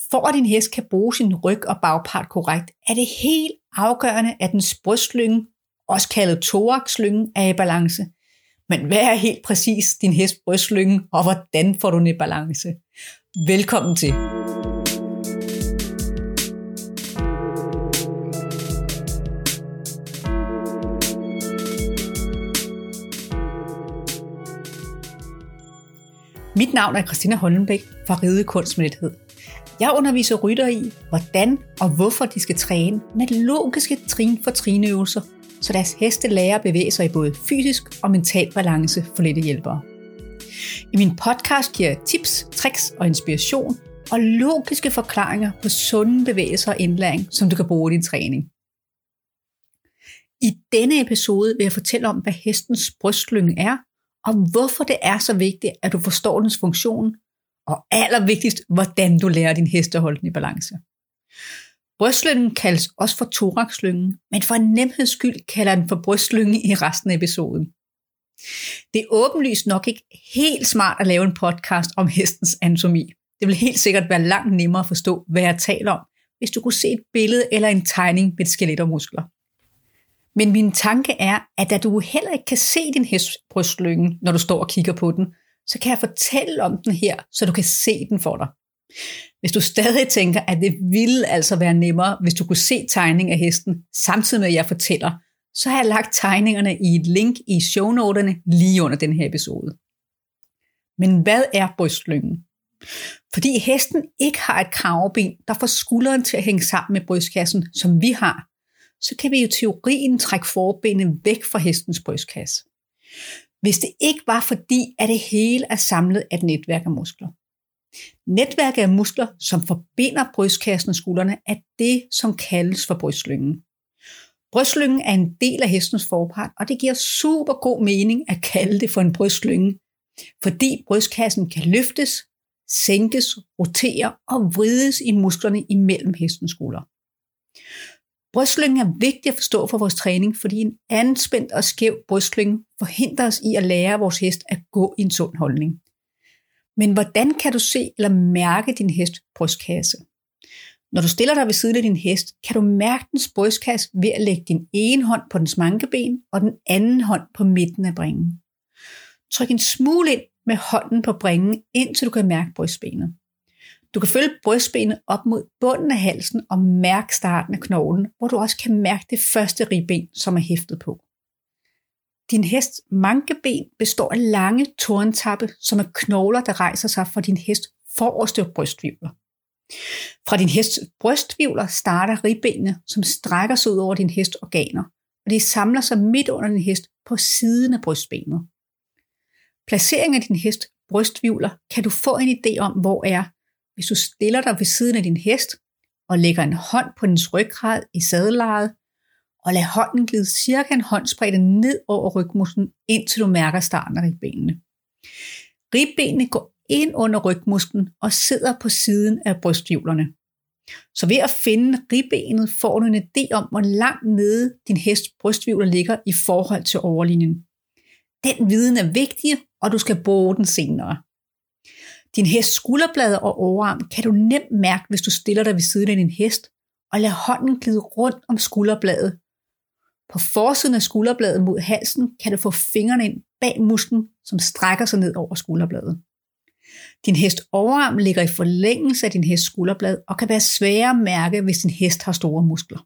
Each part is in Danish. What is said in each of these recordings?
For at din hest kan bruge sin ryg og bagpart korrekt, er det helt afgørende, at dens brystslynge, også kaldet thoraxslyngen, er i balance. Men hvad er helt præcis din hests brystslynge, og hvordan får du den i balance? Velkommen til. Mit navn er Christina Hollenbæk fra Ride Kunst med Lethed. Jeg underviser ryttere i, hvordan og hvorfor de skal træne med logiske trin-for-trin-øvelser, så deres heste lærer at bevæge sig i både fysisk og mental balance for lette hjælpere. I min podcast giver jeg tips, tricks og inspiration og logiske forklaringer på sunde bevægelser og indlæring, som du kan bruge i din træning. I denne episode vil jeg fortælle om, hvad hestens brystslynge er, og hvorfor det er så vigtigt, at du forstår dens funktion, og allervigtigst, hvordan du lærer din hest at holde den i balance. Brystslyngen kaldes også for thoraxslyngen, men for en nemheds skyld kalder den for brystslyngen i resten af episoden. Det er åbenlyst nok ikke helt smart at lave en podcast om hestens anatomi. Det vil helt sikkert være langt nemmere at forstå, hvad jeg taler om, hvis du kunne se et billede eller en tegning med skelet og muskler. Men min tanke er, at da du heller ikke kan se din hests brystslynge, når du står og kigger på den, så kan jeg fortælle om den her, så du kan se den for dig. Hvis du stadig tænker, at det ville altså være nemmere, hvis du kunne se tegning af hesten, samtidig med at jeg fortæller, så har jeg lagt tegningerne i et link i shownoterne lige under den her episode. Men hvad er brystslyngen? Fordi hesten ikke har et kraveben, der får skulderen til at hænge sammen med brystkassen, som vi har, så kan vi i teorien trække forbenet væk fra hestens brystkasse. Hvis det ikke var fordi, at det hele er samlet af et netværk af muskler. Netværket af muskler, som forbinder brystkassen og skuldrene, er det, som kaldes for brystslyngen. Brystslyngen er en del af hestens forpart, og det giver super god mening at kalde det for en brystslynge, fordi brystkassen kan løftes, sænkes, rotere og vrides i musklerne imellem hestens skuldre. Brystslyngen er vigtig at forstå for vores træning, fordi en anspændt og skæv brystslynge forhindrer os i at lære vores hest at gå i en sund holdning. Men hvordan kan du se eller mærke din hest brystkasse? Når du stiller dig ved siden af din hest, kan du mærke dens brystkasse ved at lægge din ene hånd på dens mankeben og den anden hånd på midten af bringen. Tryk en smule ind med hånden på bringen, indtil du kan mærke brystbenet. Du kan følge brystbenet op mod bunden af halsen og mærke starten af knoglen, hvor du også kan mærke det første ribben, som er hæftet på. Din hests mankeben består af lange torntappe, som er knogler, der rejser sig fra din hests forreste brysthvirvler. Fra din hests brysthvirvler starter ribbenene, som strækker sig ud over din hests organer, og de samler sig midt under din hest på siden af brystbenet. Placeringen af din hests brysthvirvler kan du få en idé om, hvor er, hvis du stiller dig ved siden af din hest og lægger en hånd på dens ryggrad i sadellejet, og lad hånden glide cirka en håndsbredde ned over rygmusklen, indtil du mærker starten af ribbenene. Ribbenene går ind under rygmusklen og sidder på siden af brysthvirvlerne. Så ved at finde ribbenet får du en idé om, hvor langt nede din hests brysthvirvler ligger i forhold til overlinjen. Den viden er vigtig, og du skal bruge den senere. Din hests skulderblade og overarm kan du nemt mærke, hvis du stiller dig ved siden af din hest, og lad hånden glide rundt om skulderbladet. På forsiden af skulderbladet mod halsen kan du få fingrene ind bag musklen, som strækker sig ned over skulderbladet. Din hests overarm ligger i forlængelse af din hests skulderblad og kan være sværere at mærke, hvis din hest har store muskler.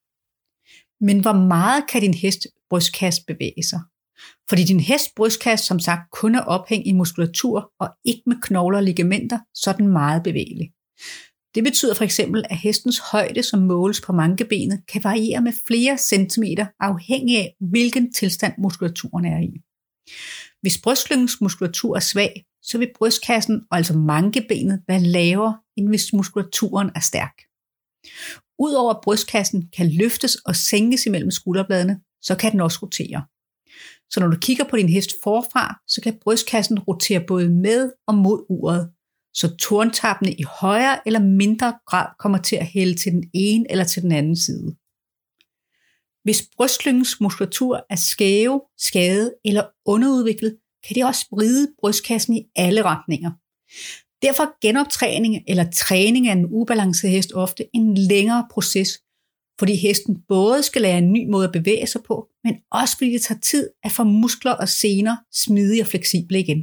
Men hvor meget kan din hests brystkasse bevæge sig? Fordi din hests brystkasse som sagt kun er ophængt i muskulatur og ikke med knogler og ligamenter, så er den meget bevægelig. Det betyder for eksempel, at hestens højde, som måles på mankebenet, kan variere med flere centimeter afhængig af, hvilken tilstand muskulaturen er i. Hvis brystslyngens muskulatur er svag, så vil brystkassen, og altså mankebenet, være lavere, end hvis muskulaturen er stærk. Udover at brystkassen kan løftes og sænkes imellem skulderbladene, så kan den også rotere. Så når du kigger på din hest forfra, så kan brystkassen rotere både med og mod uret, så torntappene i højere eller mindre grad kommer til at hælde til den ene eller til den anden side. Hvis brystslyngens muskulatur er skæve, skadet eller underudviklet, kan det også vride brystkassen i alle retninger. Derfor er genoptræning eller træning af en ubalanceret hest ofte en længere proces, fordi hesten både skal lære en ny måde at bevæge sig på, men også fordi det tager tid at få muskler og sener smidige og fleksible igen.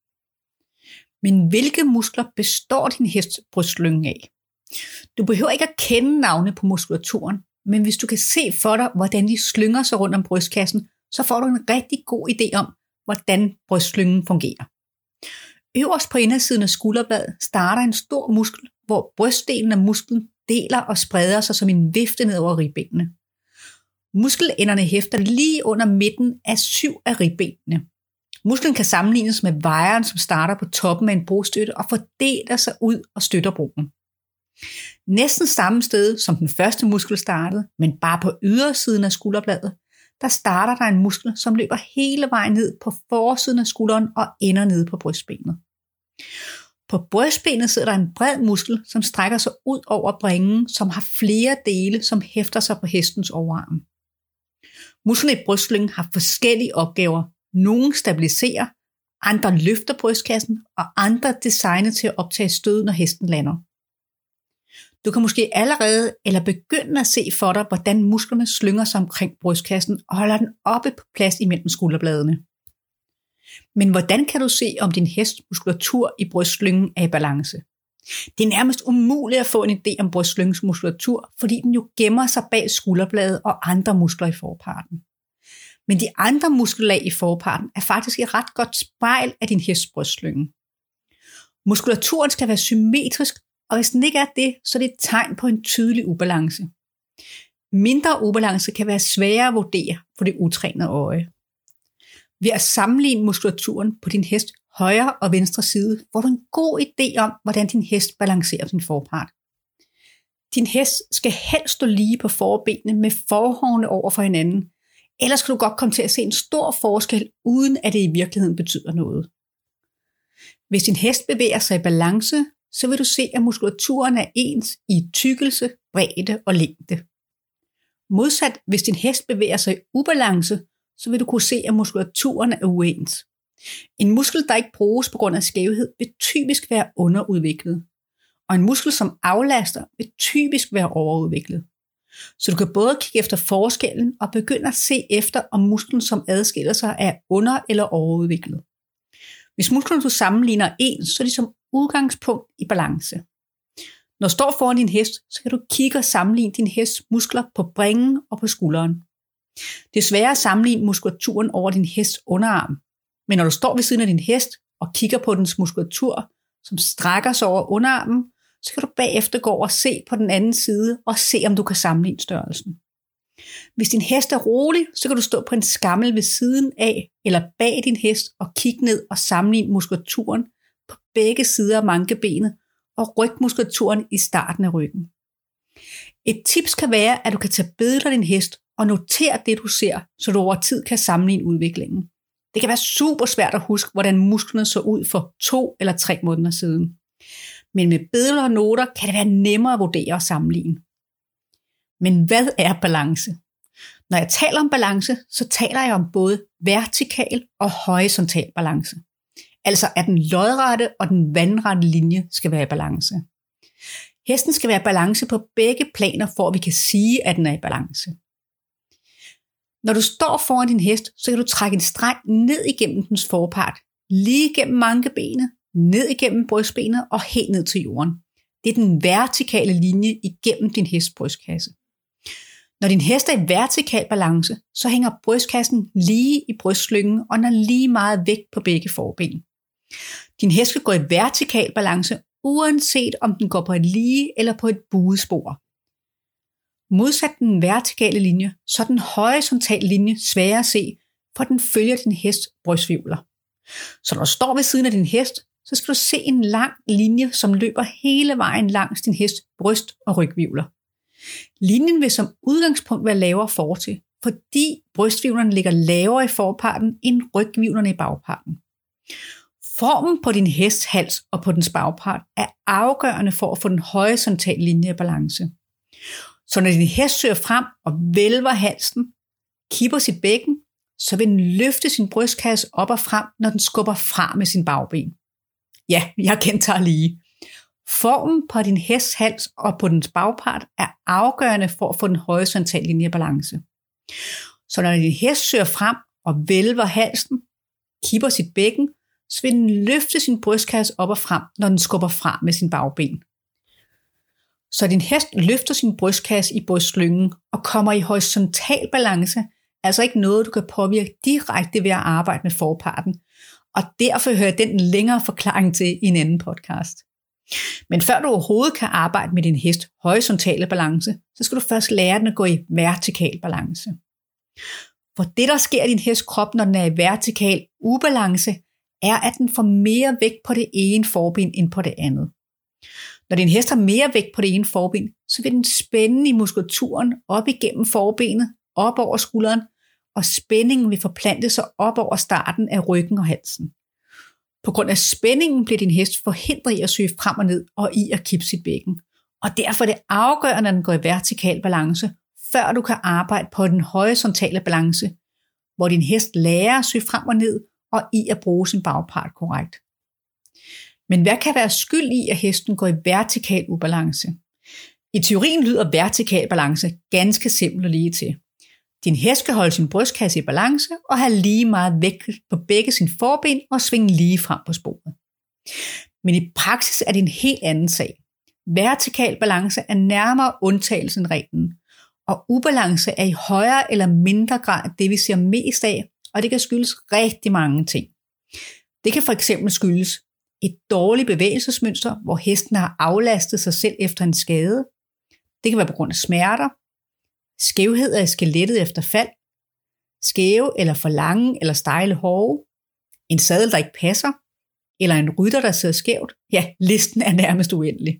Men hvilke muskler består din hests brystslynge af? Du behøver ikke at kende navne på muskulaturen, men hvis du kan se for dig, hvordan de slynger sig rundt om brystkassen, så får du en rigtig god idé om, hvordan brystslyngen fungerer. Øverst på indersiden af skulderbladet starter en stor muskel, hvor brystdelen af musklen deler og spreder sig som en vifte ned over ribbenene. Muskelenderne hæfter lige under midten af 7 af ribbenene. Musklen kan sammenlignes med vejeren, som starter på toppen af en brostøtte og fordeler sig ud og støtter broen. Næsten samme sted som den første muskel startede, men bare på ydersiden af skulderbladet, der starter der en muskel, som løber hele vejen ned på forsiden af skulderen og ender nede på brystbenet. På brystbenet sidder der en bred muskel, som strækker sig ud over bringen, som har flere dele, som hæfter sig på hestens overarm. Musklerne i brystslyngen har forskellige opgaver. Nogle stabiliserer, andre løfter brystkassen, og andre er designet til at optage stød, når hesten lander. Du kan måske allerede eller begynde at se for dig, hvordan musklerne slynger sig omkring brystkassen og holder den oppe på plads imellem skulderbladene. Men hvordan kan du se, om din hests muskulatur i brystslyngen er i balance? Det er nærmest umuligt at få en idé om brystslyngens muskulatur, fordi den jo gemmer sig bag skulderbladet og andre muskler i forparten. Men de andre muskellag i forparten er faktisk et ret godt spejl af din hests brystslynge. Muskulaturen skal være symmetrisk, og hvis den ikke er det, så er det et tegn på en tydelig ubalance. Mindre ubalance kan være sværere at vurdere for det utrænede øje. Ved at sammenligne muskulaturen på din hest højre og venstre side, får du en god idé om, hvordan din hest balancerer sin forpart. Din hest skal helst stå lige på forbenene med forhovene over for hinanden, ellers kan du godt komme til at se en stor forskel, uden at det i virkeligheden betyder noget. Hvis din hest bevæger sig i balance, så vil du se, at muskulaturen er ens i tykkelse, bredde og længde. Modsat, hvis din hest bevæger sig i ubalance, så vil du kunne se, at muskulaturen er uens. En muskel, der ikke bruges på grund af skævhed, vil typisk være underudviklet. Og en muskel, som aflaster, vil typisk være overudviklet. Så du kan både kigge efter forskellen og begynde at se efter, om musklen, som adskiller sig, er under- eller overudviklet. Hvis musklerne du sammenligner er ens, så er de som udgangspunkt i balance. Når du står foran din hest, så kan du kigge og sammenligne din hests muskler på bringen og på skulderen. Det er sværere at sammenligne muskulaturen over din hests underarm, men når du står ved siden af din hest og kigger på dens muskulatur, som strækker sig over underarmen, så kan du bagefter gå over og se på den anden side og se, om du kan sammenligne størrelsen. Hvis din hest er rolig, så kan du stå på en skammel ved siden af eller bag din hest og kigge ned og sammenligne muskulaturen på begge sider af mankebenet og rygmuskulaturen i starten af ryggen. Et tips kan være, at du kan tage billeder af din hest og notere det, du ser, så du over tid kan sammenligne udviklingen. Det kan være super svært at huske, hvordan musklerne så ud for 2 eller 3 måneder siden. Men med billeder og noter kan det være nemmere at vurdere og sammenligne. Men hvad er balance? Når jeg taler om balance, så taler jeg om både vertikal og horisontal balance. Altså at den lodrette og den vandrette linje skal være i balance. Hesten skal være i balance på begge planer, for at vi kan sige, at den er i balance. Når du står foran din hest, så kan du trække en streg ned igennem dens forpart, lige igennem mankebenet, ned igennem brystbenet og helt ned til jorden. Det er den vertikale linje igennem din hests brystkasse. Når din hest er i vertikal balance, så hænger brystkassen lige i brystslyngen, og den er lige meget vægt på begge forben. Din hest skal gå i vertikal balance, uanset om den går på et lige eller på et buet spor. Modsat den vertikale linje, så er den horisontale linje sværere at se, for den følger din hests brysthvirvler. Så når du står ved siden af din hest, så skal du se en lang linje, som løber hele vejen langs din hests bryst- og ryghvirvler. Linjen vil som udgangspunkt være lavere fortil, fordi brysthvirvlerne ligger lavere i forparten end ryghvirvlerne i bagparten. Formen på din hests hals og på dens bagpart er afgørende for at få den horisontale linje i balance. Så når din hest søger frem og vælver halsen, kipper sit bækken, så vil den løfte sin brystkasse op og frem, når den skubber fra med sin bagben. Ja, jeg gentager lige. Formen på din hests hals og på dens bagpart er afgørende for at få den horisontale linje i balance. Så når din hest søger frem og vælver halsen, kipper sit bækken, så vil den løfte sin brystkasse op og frem, når den skubber frem med sin bagben. Så din hest løfter sin brystkasse i brystslyngen og kommer i horisontal balance, altså ikke noget, du kan påvirke direkte ved at arbejde med forparten, og derfor hører den en længere forklaring til i en anden podcast. Men før du overhovedet kan arbejde med din hest horisontale balance, så skal du først lære den at gå i vertikal balance. For det, der sker i din hests krop, når den er i vertikal ubalance, er, at den får mere vægt på det ene forben end på det andet. Når din hest har mere vægt på det ene forben, så vil den spænde i muskulaturen op igennem forbenet, op over skulderen, og spændingen vil forplante sig op over starten af ryggen og halsen. På grund af spændingen bliver din hest forhindret i at søge frem og ned og i at kippe sit bækken. Og derfor er det afgørende, at den går i vertikal balance, før du kan arbejde på den horisontale balance, hvor din hest lærer at søge frem og ned og i at bruge sin bagpart korrekt. Men hvad kan være skyld i, at hesten går i vertikal ubalance? I teorien lyder vertikal balance ganske simpelt og lige til. Din hest skal holde sin brystkasse i balance og have lige meget vægt på begge sine forben og svinge lige frem på sporet. Men i praksis er det en helt anden sag. Vertikal balance er nærmere undtagelsen end reglen, og ubalance er i højere eller mindre grad det, vi ser mest af, og det kan skyldes rigtig mange ting. Det kan for eksempel skyldes et dårligt bevægelsesmønster, hvor hesten har aflastet sig selv efter en skade. Det kan være på grund af smerter, skævheder i skelettet efter fald, skæve eller for lange eller stejle hove, en sadel, der ikke passer, eller en rytter, der sidder skævt. Ja, listen er nærmest uendelig.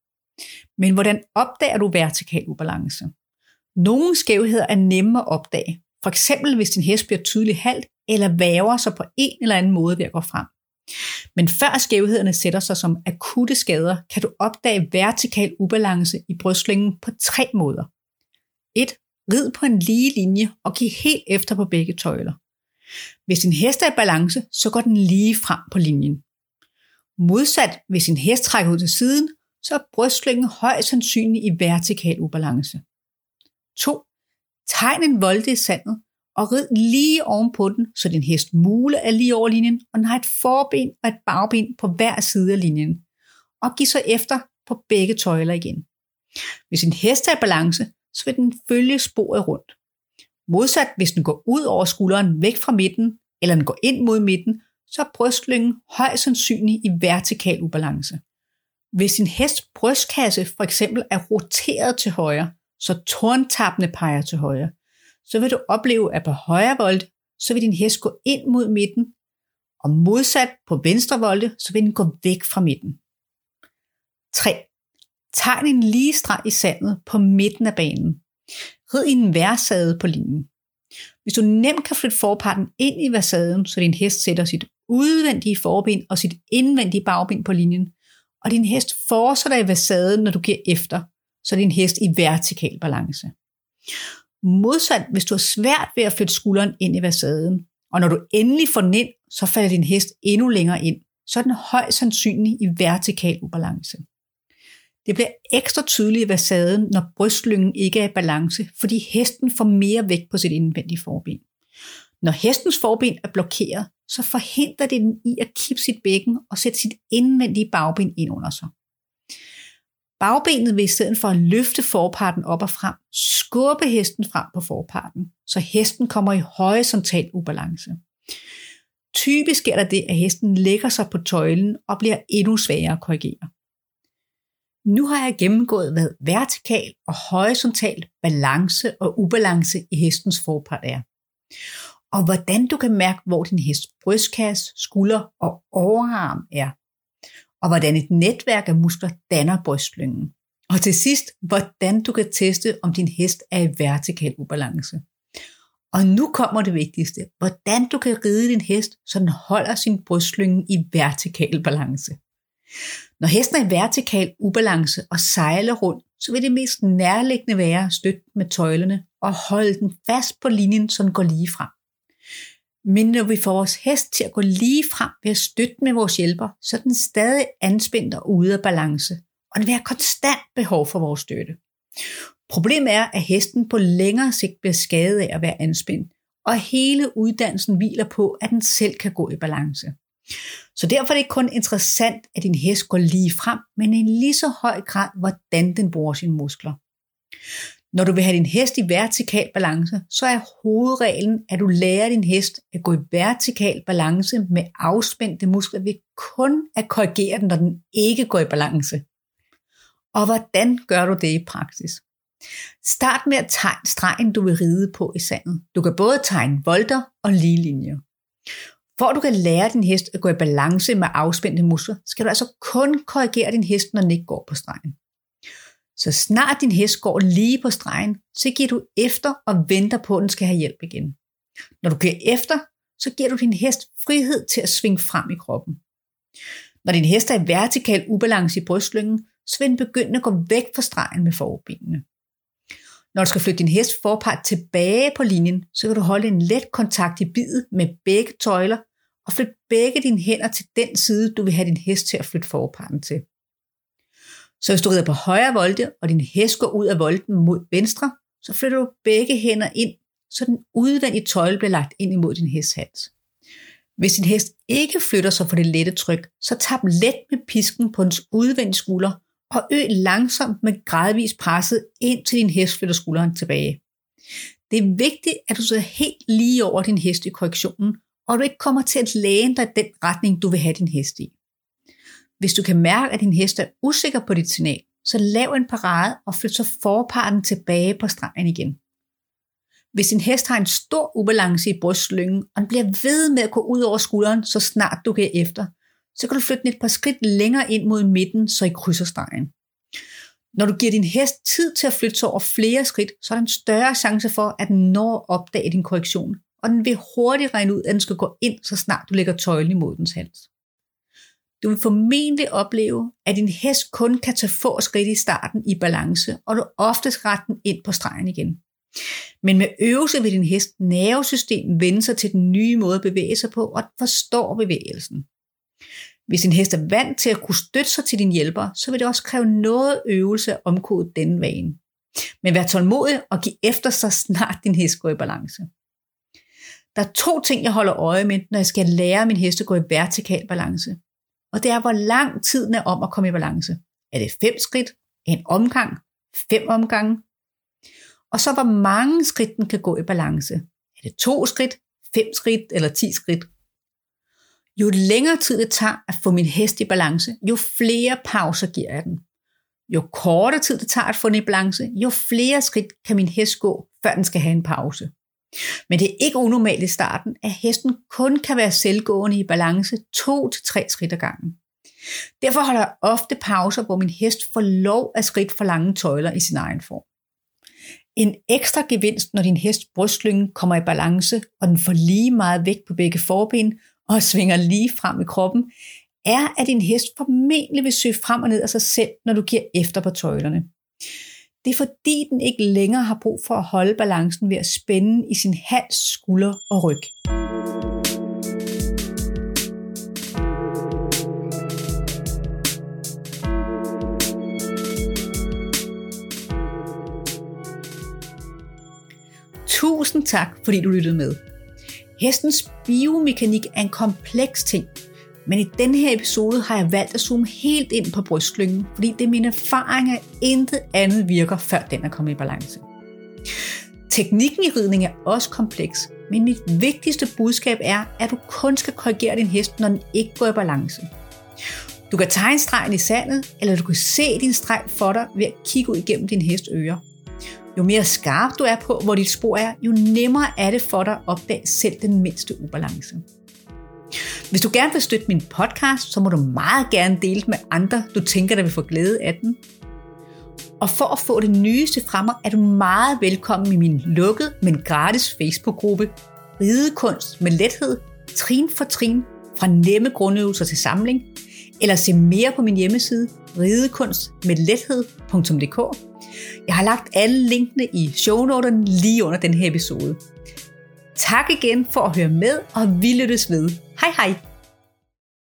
Men hvordan opdager du vertikal ubalance? Nogle skævheder er nemme at opdage, for eksempel hvis din hest bliver tydeligt halt eller væver sig på en eller anden måde ved at gå frem. Men før skævhederne sætter sig som akutte skader, kan du opdage vertikal ubalance i brystslyngen på 3 måder. 1. Rid på en lige linje og giv helt efter på begge tøjler. Hvis din hest er i balance, så går den lige frem på linjen. Modsat, hvis din hest trækker ud til siden, så er brystslyngen højst sandsynligt i vertikal ubalance. 2. Tegn en volte i sandet og rid lige ovenpå den, så din hest mule er lige over linjen, og den har et forben og et bagben på hver side af linjen. Og giv så efter på begge tøjler igen. Hvis din hest er i balance, så vil den følge sporet rundt. Modsat, hvis den går ud over skulderen væk fra midten, eller den går ind mod midten, så er brystslyngen højst sandsynligt i vertikal ubalance. Hvis din hests brystkasse for eksempel er roteret til højre, så torntappene peger til højre, så vil du opleve, at på højre volte, så vil din hest gå ind mod midten, og modsat på venstre volte, så vil den gå væk fra midten. 3. Tegn en lige streg i sandet på midten af banen. Rid i en værsade på linjen. Hvis du nemt kan flytte forparten ind i versaden, så din hest sætter sit udvendige forben og sit indvendige bagben på linjen, og din hest fortsætter i versaden, når du giver efter, så er din hest i vertikal balance. Modsat, hvis du har svært ved at flytte skulderen ind i versaden, og når du endelig får den ind, så falder din hest endnu længere ind, så er den højst sandsynligt i vertikal ubalance. Det bliver ekstra tydeligt i versaden, når brystslyngen ikke er i balance, fordi hesten får mere vægt på sit indvendige forben. Når hestens forben er blokeret, så forhindrer det den i at kippe sit bækken og sætte sit indvendige bagben ind under sig. Bagbenet vil i stedet for at løfte forparten op og frem, skubbe hesten frem på forparten, så hesten kommer i horisontal ubalance. Typisk sker der det, at hesten lægger sig på tøjlen og bliver endnu sværere at korrigere. Nu har jeg gennemgået, hvad vertikal og horisontal balance og ubalance i hestens forpart er. Og hvordan du kan mærke, hvor din hests brystkasse, skulder og overarm er. Og hvordan et netværk af muskler danner brystslyngen. Og til sidst, hvordan du kan teste, om din hest er i vertikal ubalance. Og nu kommer det vigtigste. Hvordan du kan ride din hest, så den holder sin brystslynge i vertikal balance. Når hesten er i vertikal ubalance og sejler rundt, så vil det mest nærliggende være at støtte med tøjlerne og holde den fast på linjen, så den går lige frem. Men når vi får vores hest til at gå lige frem ved at støtte med vores hjælper, så er den stadig anspændt og ude af balance, og den vil have konstant behov for vores støtte. Problemet er, at hesten på længere sigt bliver skadet af at være anspændt, og hele uddannelsen hviler på, at den selv kan gå i balance. Så derfor er det ikke kun interessant, at din hest går lige frem, men i lige så høj grad, hvordan den bruger sine muskler. Når du vil have din hest i vertikal balance, så er hovedreglen, at du lærer din hest at gå i vertikal balance med afspændte muskler ved kun at korrigere den, når den ikke går i balance. Og hvordan gør du det i praksis? Start med at tegne stregen, du vil ride på i sandet. Du kan både tegne volter og lige linjer. For at du kan lære din hest at gå i balance med afspændte muskler, skal du altså kun korrigere din hest, når den ikke går på stregen. Så snart din hest går lige på stregen, så giver du efter og venter på, at den skal have hjælp igen. Når du giver efter, så giver du din hest frihed til at svinge frem i kroppen. Når din hest er i vertikal ubalance i brystslyngen, så vil den begynde at gå væk fra stregen med forbenene. Når du skal flytte din hest forpart tilbage på linjen, så kan du holde en let kontakt i bidet med begge tøjler og flytte begge dine hænder til den side, du vil have din hest til at flytte forparten til. Så hvis du rider på højre volte, og din hest går ud af volten mod venstre, så flytter du begge hænder ind, så den udvendige tøjle bliver lagt ind imod din hests hals. Hvis din hest ikke flytter sig for det lette tryk, så tap let med pisken på dens udvendige skulder, og øg langsomt med gradvis presset, indtil din hest flytter skulderen tilbage. Det er vigtigt, at du sidder helt lige over din hest i korrektionen, og du ikke kommer til at læne dig i den retning, du vil have din hest i. Hvis du kan mærke, at din hest er usikker på dit signal, så lav en parade og flyt så forparten tilbage på stregen igen. Hvis din hest har en stor ubalance i brystslyngen, og den bliver ved med at gå ud over skulderen, så snart du giver efter, så kan du flytte den et par skridt længere ind mod midten, så I krydser stregen. Når du giver din hest tid til at flytte sig over flere skridt, så er der en større chance for, at den når at opdage din korrektion, og den vil hurtigt regne ud, at den skal gå ind, så snart du lægger tøjlen imod dens hals. Du vil formentlig opleve, at din hest kun kan tage få skridt i starten i balance, og du oftest retter den ind på stregen igen. Men med øvelse vil din hest nervesystem vende sig til den nye måde at bevæge sig på, og forstår bevægelsen. Hvis din hest er vant til at kunne støtte sig til din hjælper, så vil det også kræve noget øvelse at omkode denne vane. Men vær tålmodig og giv efter så snart din hest går i balance. Der er 2 ting, jeg holder øje med, når jeg skal lære min hest at gå i vertikal balance. Og det er, hvor lang tiden er om at komme i balance. Er det 5 skridt, en omgang, 5 omgange? Og så hvor mange skridt den kan gå i balance. Er det 2 skridt, 5 skridt eller 10 skridt? Jo længere tid det tager at få min hest i balance, jo flere pauser giver jeg den. Jo kortere tid det tager at få den i balance, jo flere skridt kan min hest gå, før den skal have en pause. Men det er ikke unormalt i starten, at hesten kun kan være selvgående i balance 2-3 skridt ad gangen. Derfor holder jeg ofte pauser, hvor min hest får lov at skridt for lange tøjler i sin egen form. En ekstra gevinst, når din hest brystslyngen kommer i balance, og den får lige meget vægt på begge forben og svinger lige frem i kroppen, er, at din hest formentlig vil søge frem og ned af sig selv, når du giver efter på tøjlerne. Det er fordi, den ikke længere har brug for at holde balancen ved at spænde i sin hals, skulder og ryg. Tusind tak, fordi du lyttede med. Hestens biomekanik er en kompleks ting, men i denne her episode har jeg valgt at zoome helt ind på brystslyngen, fordi det er min erfaring, at intet andet virker, før den er kommet i balance. Teknikken i ridning er også kompleks, men mit vigtigste budskab er, at du kun skal korrigere din hest, når den ikke går i balance. Du kan tegne stregen i sandet, eller du kan se din streg for dig ved at kigge ud igennem din hest ører. Jo mere skarp du er på, hvor dit spor er, jo nemmere er det for dig at opdage selv den mindste ubalance. Hvis du gerne vil støtte min podcast, så må du meget gerne dele den med andre, du tænker, der vil få glæde af den. Og for at få det nyeste fra mig, er du meget velkommen i min lukkede, men gratis Facebook-gruppe Ridekunst med lethed, trin for trin, fra nemme grundøvelser til samling, eller se mere på min hjemmeside ridekunstmedlethed.dk. Jeg har lagt alle linkene i shownoterne lige under den her episode. Tak igen for at høre med, og vi lyttes ved. Hej hej!